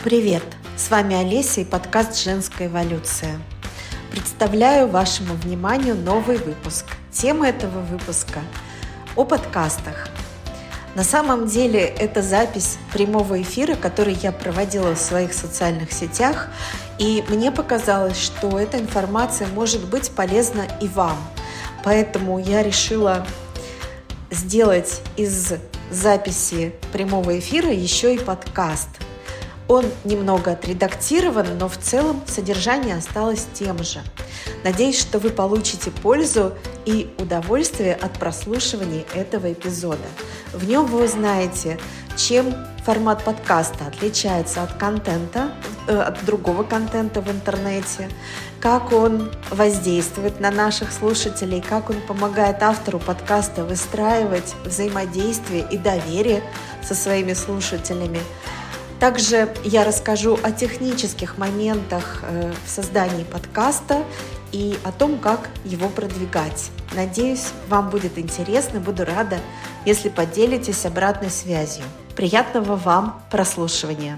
Привет! С вами Олеся и подкаст «Женская эволюция». Представляю вашему вниманию новый выпуск. Тема этого выпуска – о подкастах. На самом деле это запись прямого эфира, который я проводила в своих социальных сетях, и мне показалось, что эта информация может быть полезна и вам. Поэтому я решила сделать из записи прямого эфира еще и подкаст. Он немного отредактирован, но в целом содержание осталось тем же. Надеюсь, что вы получите пользу и удовольствие от прослушивания этого эпизода. В нем вы узнаете, чем формат подкаста отличается от контента, от другого контента в интернете, как он воздействует на наших слушателей, как он помогает автору подкаста выстраивать взаимодействие и доверие со своими слушателями. Также я расскажу о технических моментах в создании подкаста и о том, как его продвигать. Надеюсь, вам будет интересно, буду рада, если поделитесь обратной связью. Приятного вам прослушивания.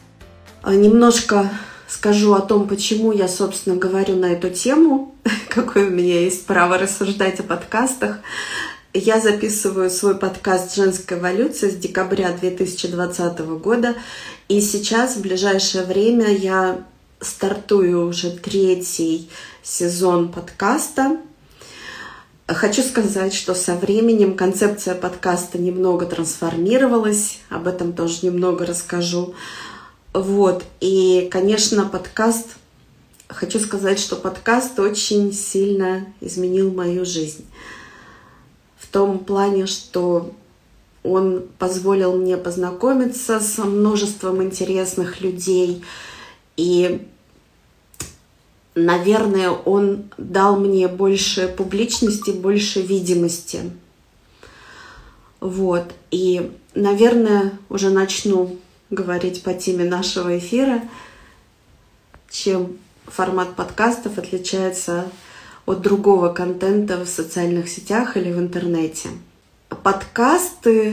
Немножко скажу о том, почему я, собственно, говорю на эту тему, какое у меня есть право рассуждать о подкастах. Я записываю свой подкаст «Женская эволюция» с декабря 2020 года, и сейчас, в ближайшее время, я стартую уже 3-й сезон подкаста. Хочу сказать, что со временем концепция подкаста немного трансформировалась, об этом тоже немного расскажу. И, конечно, хочу сказать, что подкаст очень сильно изменил мою жизнь. В том плане, что он позволил мне познакомиться с множеством интересных людей. И, наверное, он дал мне больше публичности, больше видимости. И, наверное, уже начну говорить по теме нашего эфира, чем формат подкастов отличается от другого контента в социальных сетях или в интернете. Подкасты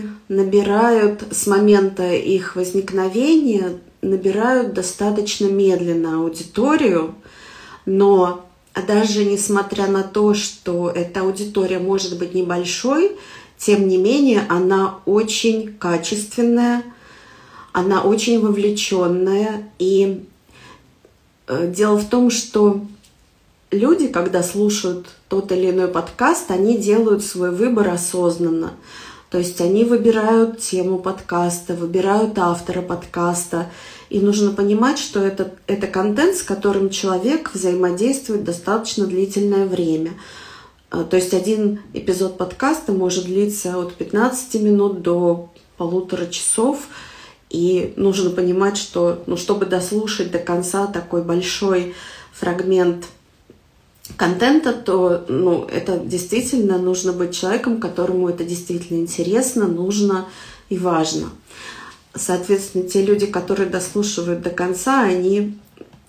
с момента их возникновения набирают достаточно медленно аудиторию, но даже несмотря на то, что эта аудитория может быть небольшой, тем не менее она очень качественная, она очень вовлеченная. И дело в том, что люди, когда слушают тот или иной подкаст, они делают свой выбор осознанно. То есть они выбирают тему подкаста, выбирают автора подкаста. И нужно понимать, что это контент, с которым человек взаимодействует достаточно длительное время. То есть один эпизод подкаста может длиться от 15 минут до 1,5 часа. И нужно понимать, что чтобы дослушать до конца такой большой фрагмент контента, то это действительно нужно быть человеком, которому это действительно интересно, нужно и важно. Соответственно, те люди, которые дослушивают до конца, они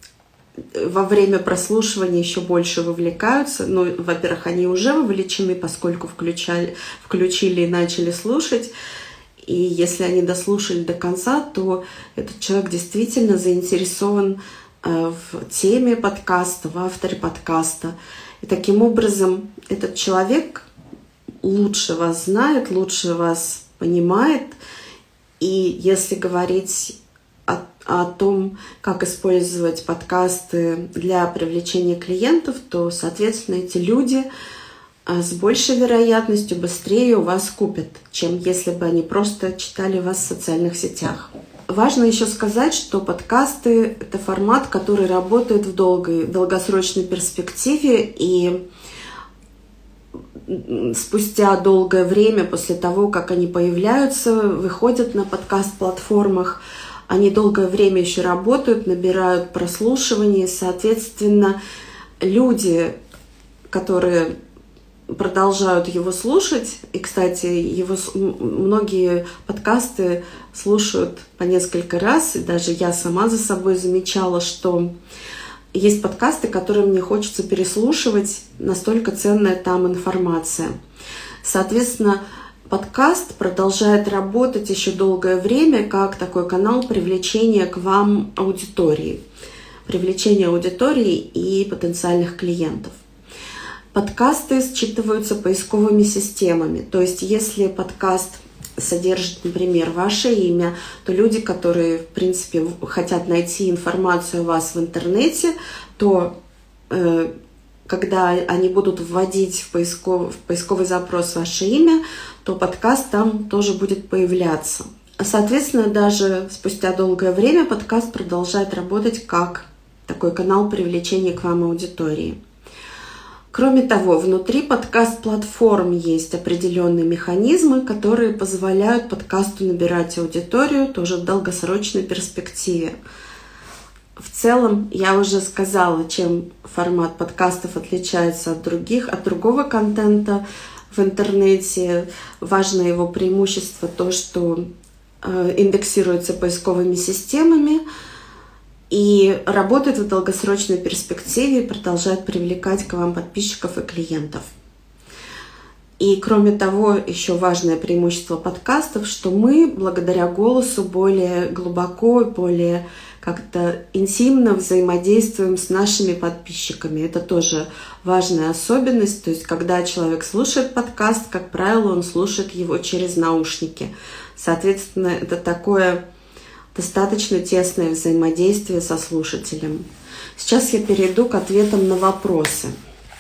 во время прослушивания еще больше вовлекаются. Во-первых, они уже вовлечены, поскольку включили и начали слушать. И если они дослушали до конца, то этот человек действительно заинтересован в теме подкаста, в авторе подкаста. И таким образом этот человек лучше вас знает, лучше вас понимает. И если говорить о том, как использовать подкасты для привлечения клиентов, то, соответственно, эти люди с большей вероятностью быстрее у вас купят, чем если бы они просто читали вас в социальных сетях. Важно еще сказать, что подкасты – это формат, который работает в долгосрочной перспективе, и спустя долгое время после того, как они появляются, выходят на подкаст-платформах, они долгое время еще работают, набирают прослушивания, и, соответственно, люди, которые продолжают его слушать. И, кстати, многие подкасты слушают по несколько раз. И даже я сама за собой замечала, что есть подкасты, которые мне хочется переслушивать, настолько ценная там информация. Соответственно, подкаст продолжает работать еще долгое время как такой канал привлечения к вам аудитории. Привлечения аудитории и потенциальных клиентов. Подкасты считываются поисковыми системами. То есть, если подкаст содержит, например, ваше имя, то люди, которые, в принципе, хотят найти информацию о вас в интернете, то когда они будут вводить в поисковый запрос ваше имя, то подкаст там тоже будет появляться. Соответственно, даже спустя долгое время подкаст продолжает работать как такой канал привлечения к вам аудитории. Кроме того, внутри подкаст-платформ есть определенные механизмы, которые позволяют подкасту набирать аудиторию тоже в долгосрочной перспективе. В целом, я уже сказала, чем формат подкастов отличается от другого контента в интернете. Важно его преимущество то, что индексируется поисковыми системами и работает в долгосрочной перспективе и продолжает привлекать к вам подписчиков и клиентов. И кроме того, еще важное преимущество подкастов, что мы благодаря голосу более глубоко, более как-то интимно взаимодействуем с нашими подписчиками. Это тоже важная особенность. То есть, когда человек слушает подкаст, как правило, он слушает его через наушники. Соответственно, это такое достаточно тесное взаимодействие со слушателем. Сейчас я перейду к ответам на вопросы.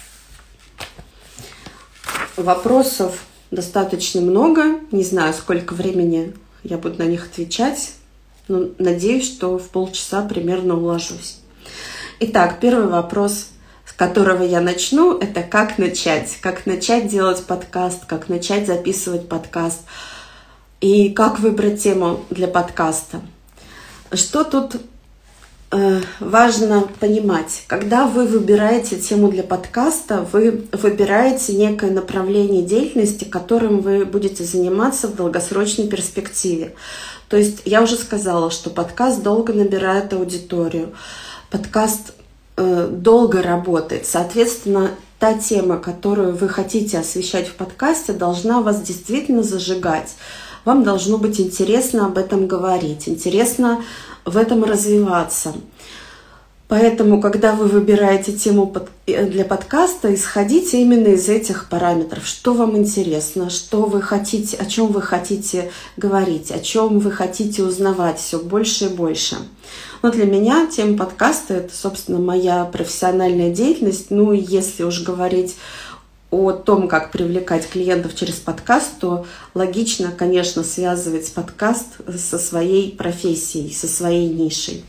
Вопросов достаточно много. Не знаю, сколько времени я буду на них отвечать. Но надеюсь, что в полчаса примерно уложусь. Итак, первый вопрос, с которого я начну, это как начать. Как начать делать подкаст, как начать записывать подкаст. И как выбрать тему для подкаста. Что тут важно понимать? Когда вы выбираете тему для подкаста, вы выбираете некое направление деятельности, которым вы будете заниматься в долгосрочной перспективе. То есть я уже сказала, что подкаст долго набирает аудиторию, подкаст долго работает. Соответственно, та тема, которую вы хотите освещать в подкасте, должна вас действительно зажигать. Вам должно быть интересно об этом говорить, интересно в этом развиваться. Поэтому, когда вы выбираете тему для подкаста, исходите именно из этих параметров. Что вам интересно, что вы хотите, о чем вы хотите говорить, о чем вы хотите узнавать все больше и больше. Но для меня тема подкаста – это, собственно, моя профессиональная деятельность. Ну и если уж говорить о том, как привлекать клиентов через подкаст, то логично, конечно, связывать подкаст со своей профессией, со своей нишей.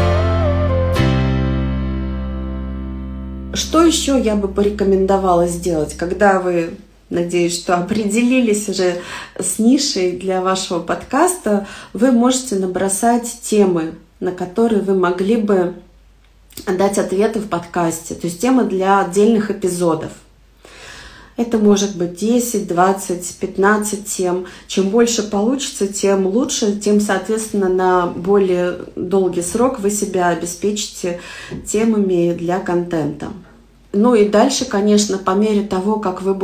Что еще я бы порекомендовала сделать, когда вы, надеюсь, что определились уже с нишей для вашего подкаста, вы можете набросать темы, на которые вы могли бы дать ответы в подкасте, то есть темы для отдельных эпизодов. Это может быть 10, 20, 15 тем. Чем больше получится, тем лучше, тем, соответственно, на более долгий срок вы себя обеспечите темами для контента. Ну и дальше, конечно, по мере того, как вы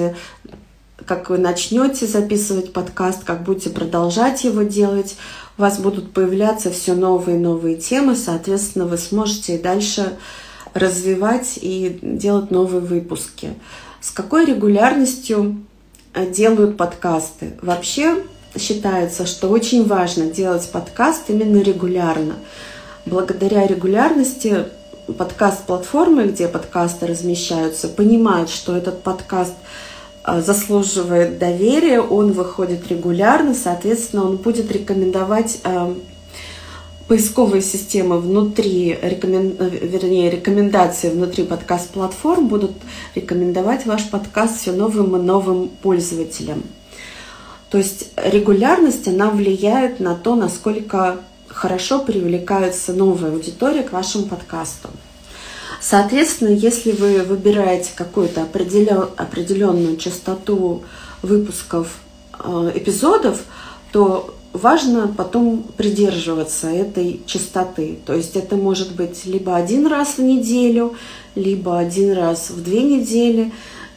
начнете записывать подкаст, как будете продолжать его делать, у вас будут появляться все новые и новые темы, соответственно, вы сможете и дальше развивать и делать новые выпуски. С какой регулярностью делают подкасты? Вообще считается, что очень важно делать подкаст именно регулярно. Благодаря регулярности подкаст-платформы, где подкасты размещаются, понимают, что этот подкаст заслуживает доверия, он выходит регулярно, соответственно, он будет рекомендовать поисковые системы внутри, рекомендации внутри подкаст-платформ будут рекомендовать ваш подкаст все новым и новым пользователям. То есть регулярность, она влияет на то, насколько хорошо привлекается новая аудитория к вашему подкасту. Соответственно, если вы выбираете какую-то определенную частоту выпусков эпизодов, то важно потом придерживаться этой частоты. То есть это может быть либо один раз в неделю, либо один раз в 2 недели.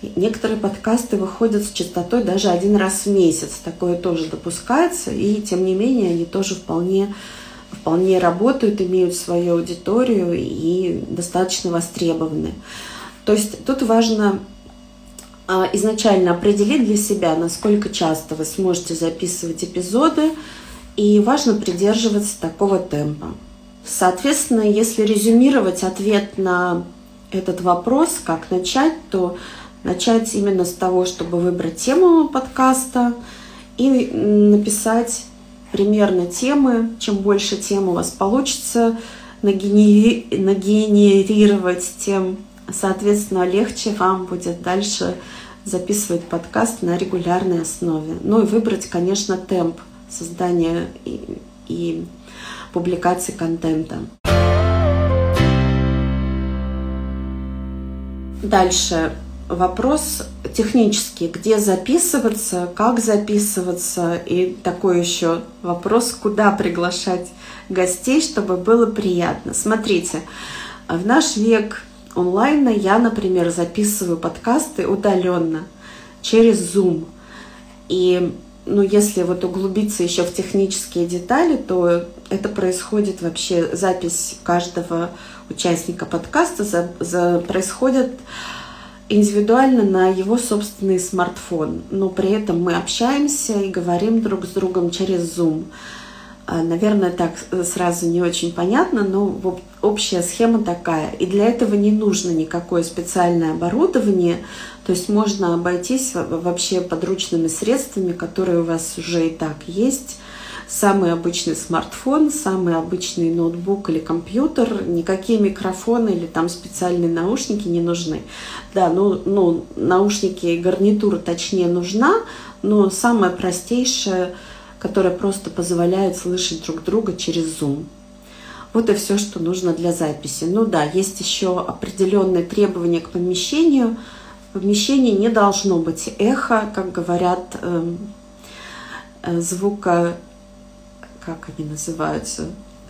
Некоторые подкасты выходят с частотой даже 1 раз в месяц. Такое тоже допускается, и тем не менее они тоже вполне работают, имеют свою аудиторию и достаточно востребованы. То есть тут важно изначально определить для себя, насколько часто вы сможете записывать эпизоды, и важно придерживаться такого темпа. Соответственно, если резюмировать ответ на этот вопрос, как начать, то начать именно с того, чтобы выбрать тему подкаста и написать примерно темы. Чем больше тем у вас получится нагенерировать, тем, соответственно, легче вам будет дальше записывать подкаст на регулярной основе. Ну и выбрать, конечно, темп создания и публикации контента. Дальше вопрос технический, где записываться, как записываться, и такой еще вопрос, куда приглашать гостей, чтобы было приятно. Смотрите, в наш век онлайна я, например, записываю подкасты удаленно через Zoom. И если углубиться еще в технические детали, то это происходит вообще, запись каждого участника подкаста происходит индивидуально на его собственный смартфон. Но при этом мы общаемся и говорим друг с другом через Zoom. Наверное, так сразу не очень понятно, но общая схема такая. И для этого не нужно никакое специальное оборудование. То есть можно обойтись вообще подручными средствами, которые у вас уже и так есть. Самый обычный смартфон, самый обычный ноутбук или компьютер, никакие микрофоны или там специальные наушники не нужны. Да, наушники и гарнитура точнее нужна, но самое простейшее, которое просто позволяет слышать друг друга через Zoom. Вот и все, что нужно для записи. Есть еще определенные требования к помещению. В помещении не должно быть эхо, как говорят, звука, как они называются,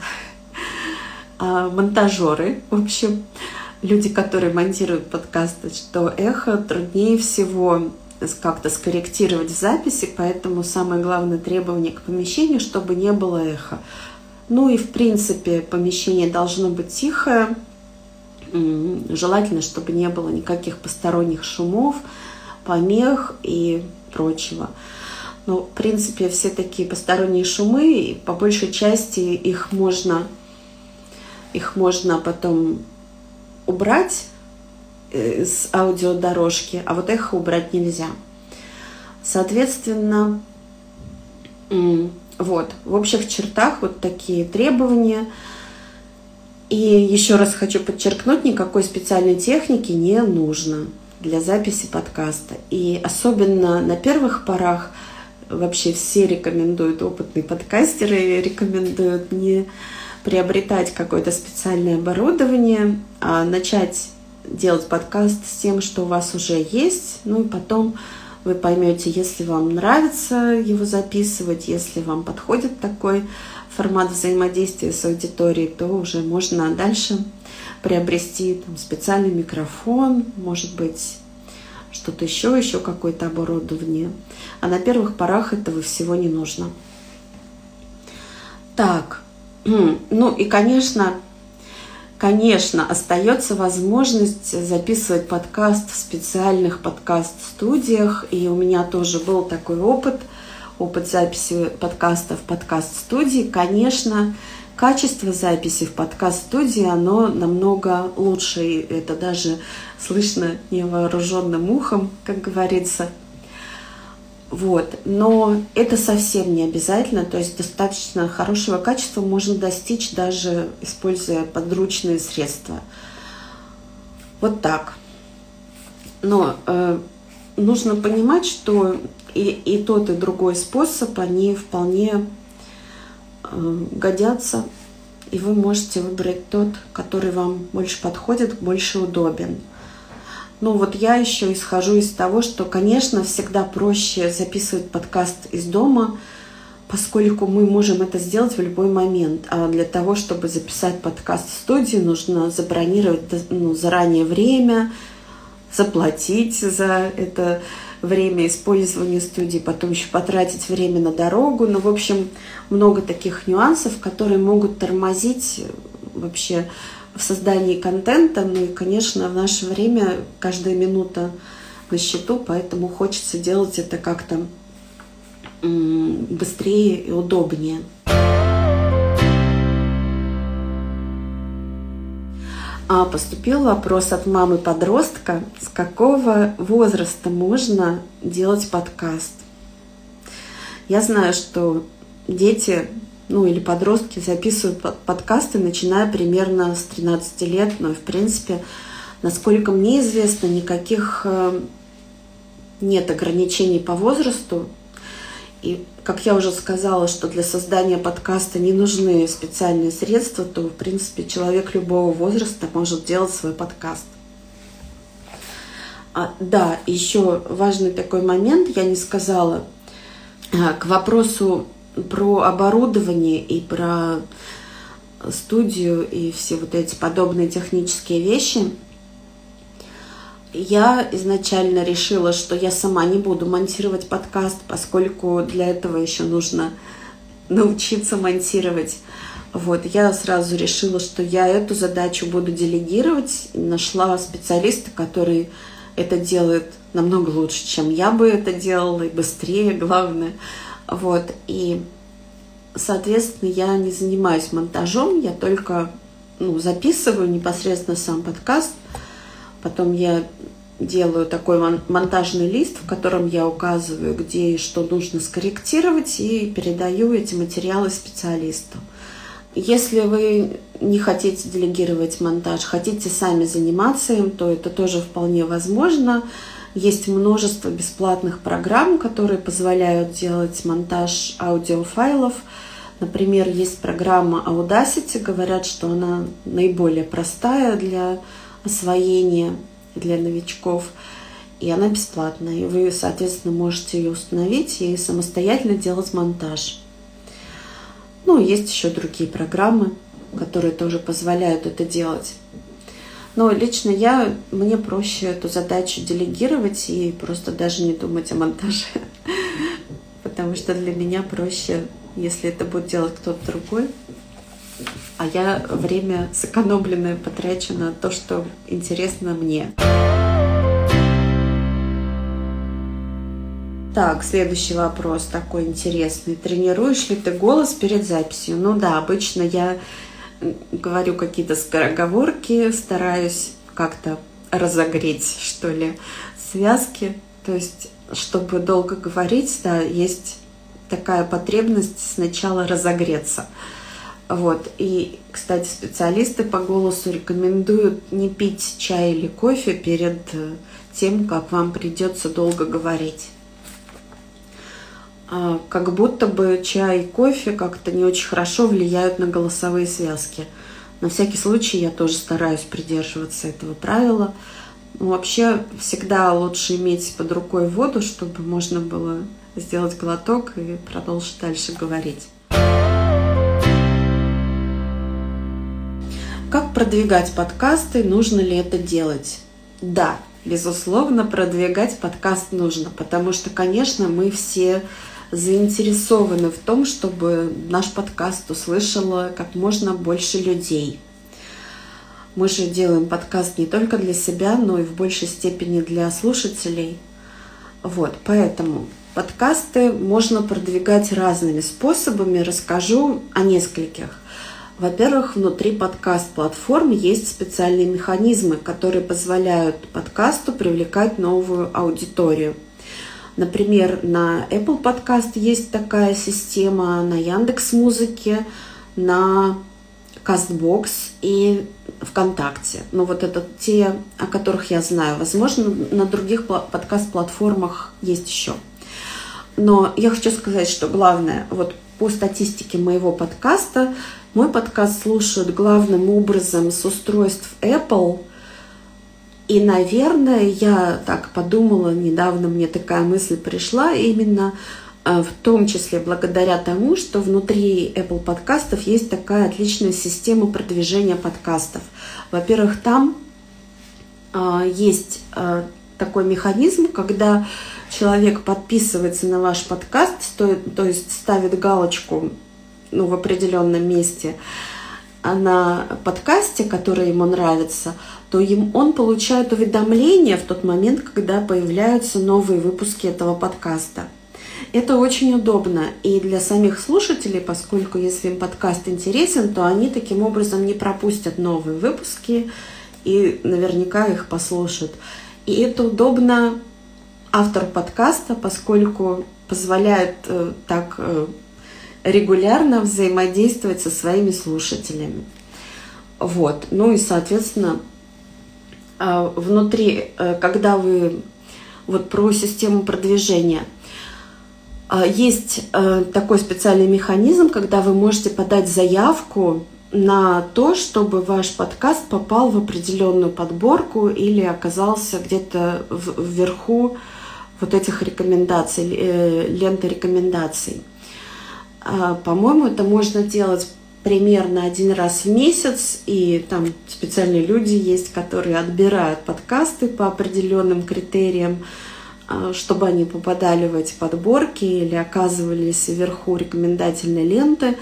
монтажеры, в общем, люди, которые монтируют подкасты, что эхо труднее всего как-то скорректировать в записи, поэтому самое главное требование к помещению, чтобы не было эха. И в принципе помещение должно быть тихое, желательно, чтобы не было никаких посторонних шумов, помех и прочего. В принципе, все такие посторонние шумы, по большей части их можно потом убрать с аудиодорожки, а вот эхо убрать нельзя. Соответственно, в общих чертах такие требования. И еще раз хочу подчеркнуть, никакой специальной техники не нужно для записи подкаста. И особенно на первых порах вообще все рекомендуют, опытные подкастеры рекомендуют не приобретать какое-то специальное оборудование, а начать делать подкаст с тем, что у вас уже есть. И потом вы поймете, если вам нравится его записывать, если вам подходит такой формат взаимодействия с аудиторией, то уже можно дальше приобрести специальный микрофон, может быть, что-то еще какое-то оборудование. А на первых порах этого всего не нужно. Так, и, конечно, остается возможность записывать подкаст в специальных подкаст-студиях. И у меня тоже был такой опыт записи подкаста в подкаст-студии. Конечно, качество записи в подкаст-студии, оно намного лучше. И это даже слышно невооруженным ухом, как говорится. Но это совсем не обязательно, то есть достаточно хорошего качества можно достичь, даже используя подручные средства. Вот так. Но нужно понимать, что и тот, и другой способ, они вполне годятся, и вы можете выбрать тот, который вам больше подходит, больше удобен. Я еще исхожу из того, что, конечно, всегда проще записывать подкаст из дома, поскольку мы можем это сделать в любой момент. А для того, чтобы записать подкаст в студии, нужно забронировать заранее время, заплатить за это время использования студии, потом еще потратить время на дорогу. Ну, в общем, много таких нюансов, которые могут тормозить вообще в создании контента. Ну и, конечно, в наше время каждая минута на счету, поэтому хочется делать это как-то быстрее и удобнее. Поступил вопрос от мамы-подростка, с какого возраста можно делать подкаст. Я знаю, что дети, или подростки записывают подкасты, начиная примерно с 13 лет, но, в принципе, насколько мне известно, никаких нет ограничений по возрасту. И, как я уже сказала, что для создания подкаста не нужны специальные средства, то, в принципе, человек любого возраста может делать свой подкаст. Да, еще важный такой момент, я не сказала, к вопросу про оборудование и про студию и все вот эти подобные технические вещи. Я изначально решила, что я сама не буду монтировать подкаст, поскольку для этого еще нужно научиться монтировать. Я сразу решила, что я эту задачу буду делегировать. И нашла специалиста, который это делает намного лучше, чем я бы это делала, и быстрее, главное. И, соответственно, я не занимаюсь монтажом, я только записываю непосредственно сам подкаст. Потом я делаю такой монтажный лист, в котором я указываю, где и что нужно скорректировать, и передаю эти материалы специалисту. Если вы не хотите делегировать монтаж, хотите сами заниматься им, то это тоже вполне возможно. Есть множество бесплатных программ, которые позволяют делать монтаж аудиофайлов. Например, есть программа Audacity, говорят, что она наиболее простая для освоения для новичков, и она бесплатная, и вы, соответственно, можете ее установить и самостоятельно делать монтаж. Есть еще другие программы, которые тоже позволяют это делать. Но лично мне проще эту задачу делегировать и просто даже не думать о монтаже, потому что для меня проще, если это будет делать кто-то другой, а я время сэкономленное потрачу на то, что интересно мне. Так, следующий вопрос такой интересный. Тренируешь ли ты голос перед записью? Да, обычно я говорю какие-то скороговорки, стараюсь как-то разогреть, что ли, связки. То есть, чтобы долго говорить, да, есть такая потребность сначала разогреться. И, кстати, специалисты по голосу рекомендуют не пить чай или кофе перед тем, как вам придется долго говорить. Как будто бы чай и кофе как-то не очень хорошо влияют на голосовые связки. На всякий случай я тоже стараюсь придерживаться этого правила. Вообще всегда лучше иметь под рукой воду, чтобы можно было сделать глоток и продолжить дальше говорить. Как продвигать подкасты? Нужно ли это делать? Да, безусловно, продвигать подкаст нужно, потому что, конечно, мы все заинтересованы в том, чтобы наш подкаст услышало как можно больше людей. Мы же делаем подкаст не только для себя, но и в большей степени для слушателей. Поэтому подкасты можно продвигать разными способами. Расскажу о нескольких. Во-первых, внутри подкаст-платформ есть специальные механизмы, которые позволяют подкасту привлекать новую аудиторию. Например, на Apple Podcast есть такая система, на Яндекс.Музыке, на Castbox и ВКонтакте. Это те, о которых я знаю. Возможно, на других подкаст-платформах есть еще. Но я хочу сказать, что главное, по статистике моего подкаста, мой подкаст слушают главным образом с устройств Apple. И, наверное, я так подумала, недавно мне такая мысль пришла, именно в том числе благодаря тому, что внутри Apple подкастов есть такая отличная система продвижения подкастов. Во-первых, там есть такой механизм, когда человек подписывается на ваш подкаст, то есть ставит галочку в определенном месте на подкасте, который ему нравится, то он получает уведомления в тот момент, когда появляются новые выпуски этого подкаста. Это очень удобно и для самих слушателей, поскольку если им подкаст интересен, то они таким образом не пропустят новые выпуски и наверняка их послушают. И это удобно автору подкаста, поскольку позволяет так регулярно взаимодействовать со своими слушателями. Вот. И, соответственно, внутри, когда вы про систему продвижения, есть такой специальный механизм, когда вы можете подать заявку на то, чтобы ваш подкаст попал в определенную подборку или оказался где-то вверху этих рекомендаций, ленты рекомендаций. По-моему, это можно делать примерно 1 раз в месяц, и там специальные люди есть, которые отбирают подкасты по определенным критериям, чтобы они попадали в эти подборки или оказывались вверху рекомендательной ленты.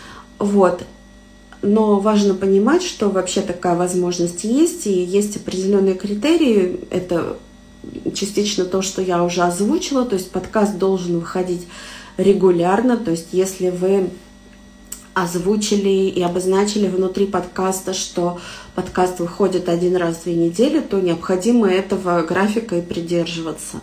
Но важно понимать, что вообще такая возможность есть, и есть определенные критерии. Это частично то, что я уже озвучила, то есть подкаст должен выходить регулярно, то есть если вы озвучили и обозначили внутри подкаста, что подкаст выходит 1 раз в 2 недели, то необходимо этого графика и придерживаться.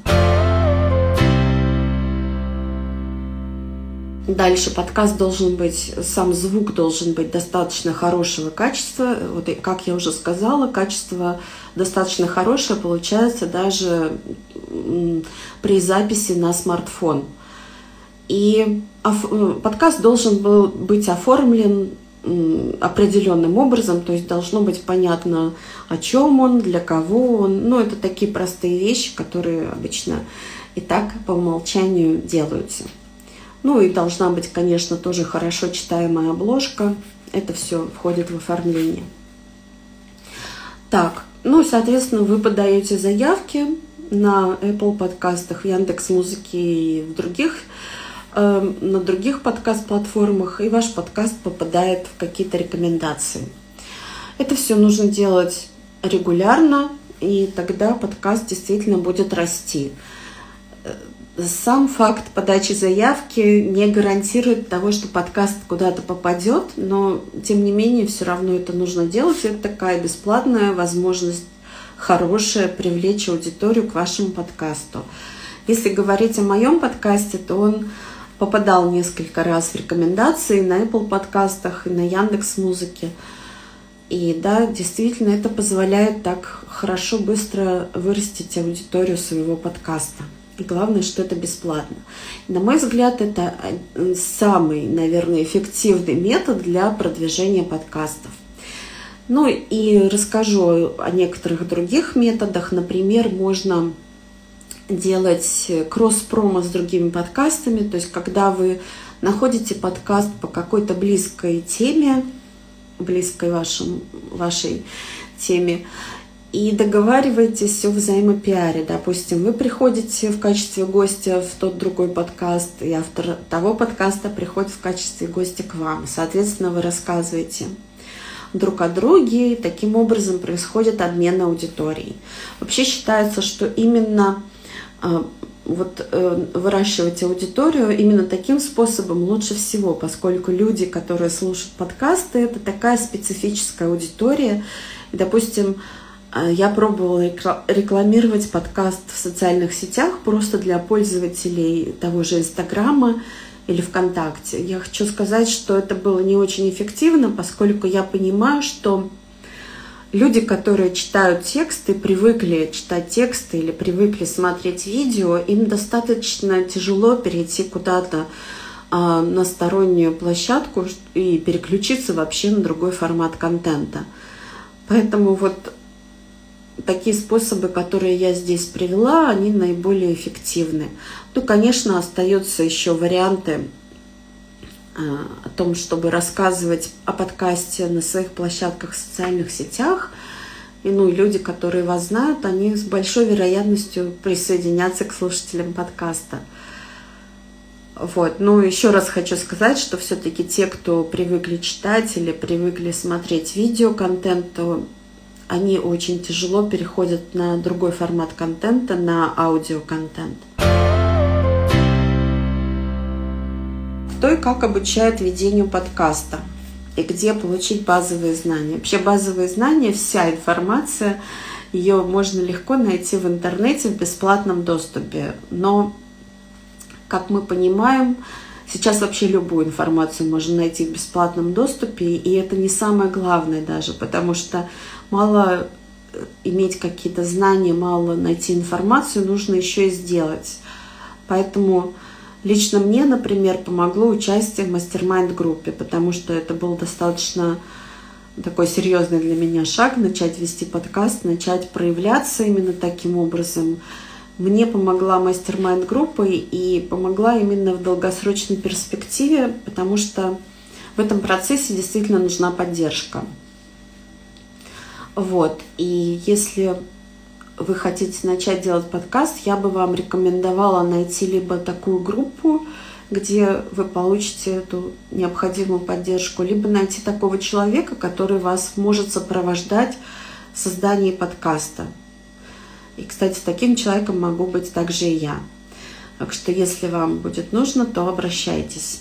Дальше подкаст должен быть, сам звук должен быть достаточно хорошего качества. Как я уже сказала, качество достаточно хорошее получается даже при записи на смартфон. И подкаст должен был быть оформлен определенным образом, то есть должно быть понятно, о чем он, для кого он. Это такие простые вещи, которые обычно и так по умолчанию делаются. И должна быть, конечно, тоже хорошо читаемая обложка. Это все входит в оформление. Так, соответственно, вы подаете заявки на Apple подкастах, в Яндекс.Музыке и на других подкаст-платформах, и ваш подкаст попадает в какие-то рекомендации. Это все нужно делать регулярно, и тогда подкаст действительно будет расти. Сам факт подачи заявки не гарантирует того, что подкаст куда-то попадет, но тем не менее все равно это нужно делать. Это такая бесплатная возможность, хорошая, привлечь аудиторию к вашему подкасту. Если говорить о моем подкасте, то он попадал несколько раз в рекомендации на Apple подкастах и на Яндекс.Музыке. И да, действительно, это позволяет так хорошо, быстро вырастить аудиторию своего подкаста. И главное, что это бесплатно. На мой взгляд, это самый, наверное, эффективный метод для продвижения подкастов. И расскажу о некоторых других методах. Например, можно делать кросс-промо с другими подкастами. То есть, когда вы находите подкаст по какой-то близкой теме, близкой вашей теме, и договариваетесь о взаимопиаре. Допустим, вы приходите в качестве гостя в тот другой подкаст, и автор того подкаста приходит в качестве гостя к вам. Соответственно, вы рассказываете друг о друге, и таким образом происходит обмен аудиторией. Вообще считается, что именно выращивать аудиторию именно таким способом лучше всего, поскольку люди, которые слушают подкасты, это такая специфическая аудитория. И, допустим, я пробовала рекламировать подкаст в социальных сетях просто для пользователей того же Инстаграма или ВКонтакте. Я хочу сказать, что это было не очень эффективно, поскольку я понимаю, что люди, которые читают тексты, привыкли читать тексты или привыкли смотреть видео, им достаточно тяжело перейти куда-то на стороннюю площадку и переключиться вообще на другой формат контента. Поэтому такие способы, которые я здесь привела, они наиболее эффективны. Конечно, остаются еще варианты о том, чтобы рассказывать о подкасте на своих площадках в социальных сетях. и люди, которые вас знают, они с большой вероятностью присоединятся к слушателям подкаста. Вот. Еще раз хочу сказать, что все-таки те, кто привыкли читать или привыкли смотреть видеоконтент, то они очень тяжело переходят на другой формат контента, на аудиоконтент. Кто и как обучает ведению подкаста? И где получить базовые знания? Вообще базовые знания, вся информация, ее можно легко найти в интернете в бесплатном доступе. Но, как мы понимаем, сейчас вообще любую информацию можно найти в бесплатном доступе, и это не самое главное даже, потому что мало иметь какие-то знания, мало найти информацию, нужно еще и сделать. Поэтому лично мне, например, помогло участие в мастер-майнд-группе, потому что это был достаточно такой серьезный для меня шаг, начать вести подкаст, начать проявляться именно таким образом. Мне помогла мастер-майнд-группа и помогла именно в долгосрочной перспективе, потому что в этом процессе действительно нужна поддержка. Вот. И если вы хотите начать делать подкаст, я бы вам рекомендовала найти либо такую группу, где вы получите эту необходимую поддержку, либо найти такого человека, который вас может сопровождать в создании подкаста. И, кстати, таким человеком могу быть также и я. Так что, если вам будет нужно, то обращайтесь.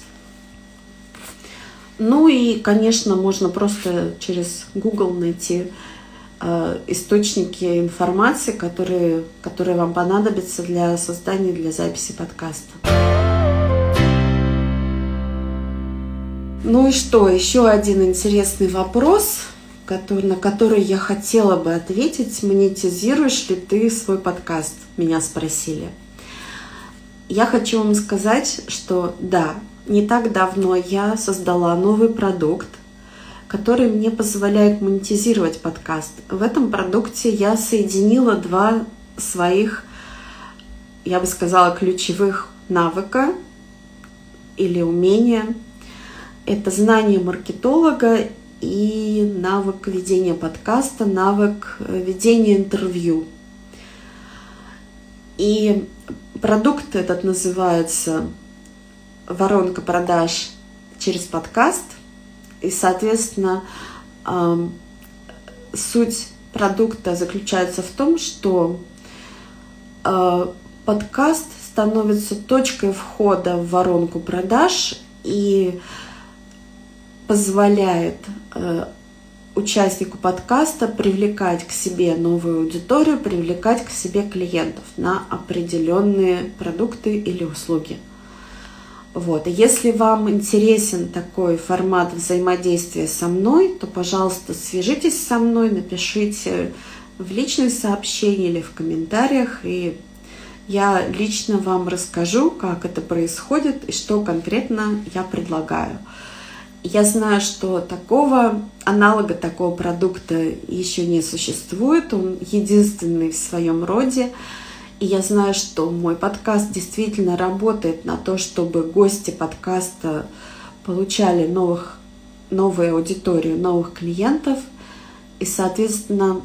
И, конечно, можно просто через Google найти источники информации, которые вам понадобятся для создания, для записи подкаста. И что? Еще один интересный вопрос, на который я хотела бы ответить. Монетизируешь ли ты свой подкаст? Меня спросили. Я хочу вам сказать, что да, не так давно я создала новый продукт, который мне позволяет монетизировать подкаст. В этом продукте я соединила два своих, я бы сказала, ключевых навыка или умения. Это знание маркетолога и навык ведения подкаста, навык ведения интервью. И продукт этот называется «Воронка продаж через подкаст». И, соответственно, суть продукта заключается в том, что подкаст становится точкой входа в воронку продаж и позволяет участнику подкаста привлекать к себе новую аудиторию, привлекать к себе клиентов на определенные продукты или услуги. Вот. И если вам интересен такой формат взаимодействия со мной, то, пожалуйста, свяжитесь со мной, напишите в личные сообщения или в комментариях, и я лично вам расскажу, как это происходит и что конкретно я предлагаю. Я знаю, что аналога такого продукта еще не существует, он единственный в своем роде. И я знаю, что мой подкаст действительно работает на то, чтобы гости подкаста получали новую аудиторию, новых клиентов. И, соответственно,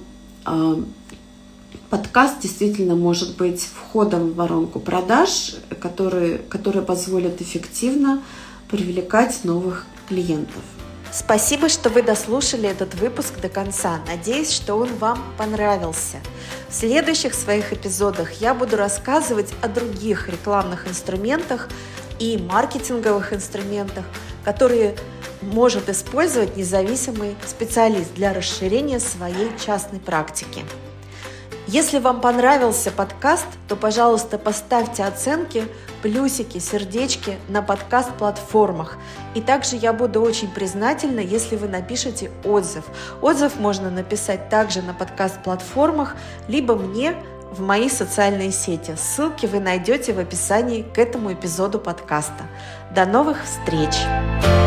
подкаст действительно может быть входом в воронку продаж, который позволит эффективно привлекать новых клиентов. Спасибо, что вы дослушали этот выпуск до конца. Надеюсь, что он вам понравился. В следующих своих эпизодах я буду рассказывать о других рекламных инструментах и маркетинговых инструментах, которые может использовать независимый специалист для расширения своей частной практики. Если вам понравился подкаст, то, пожалуйста, поставьте оценки, плюсики, сердечки на подкаст-платформах. И также я буду очень признательна, если вы напишете отзыв. Отзыв можно написать также на подкаст-платформах, либо мне в мои социальные сети. Ссылки вы найдете в описании к этому эпизоду подкаста. До новых встреч!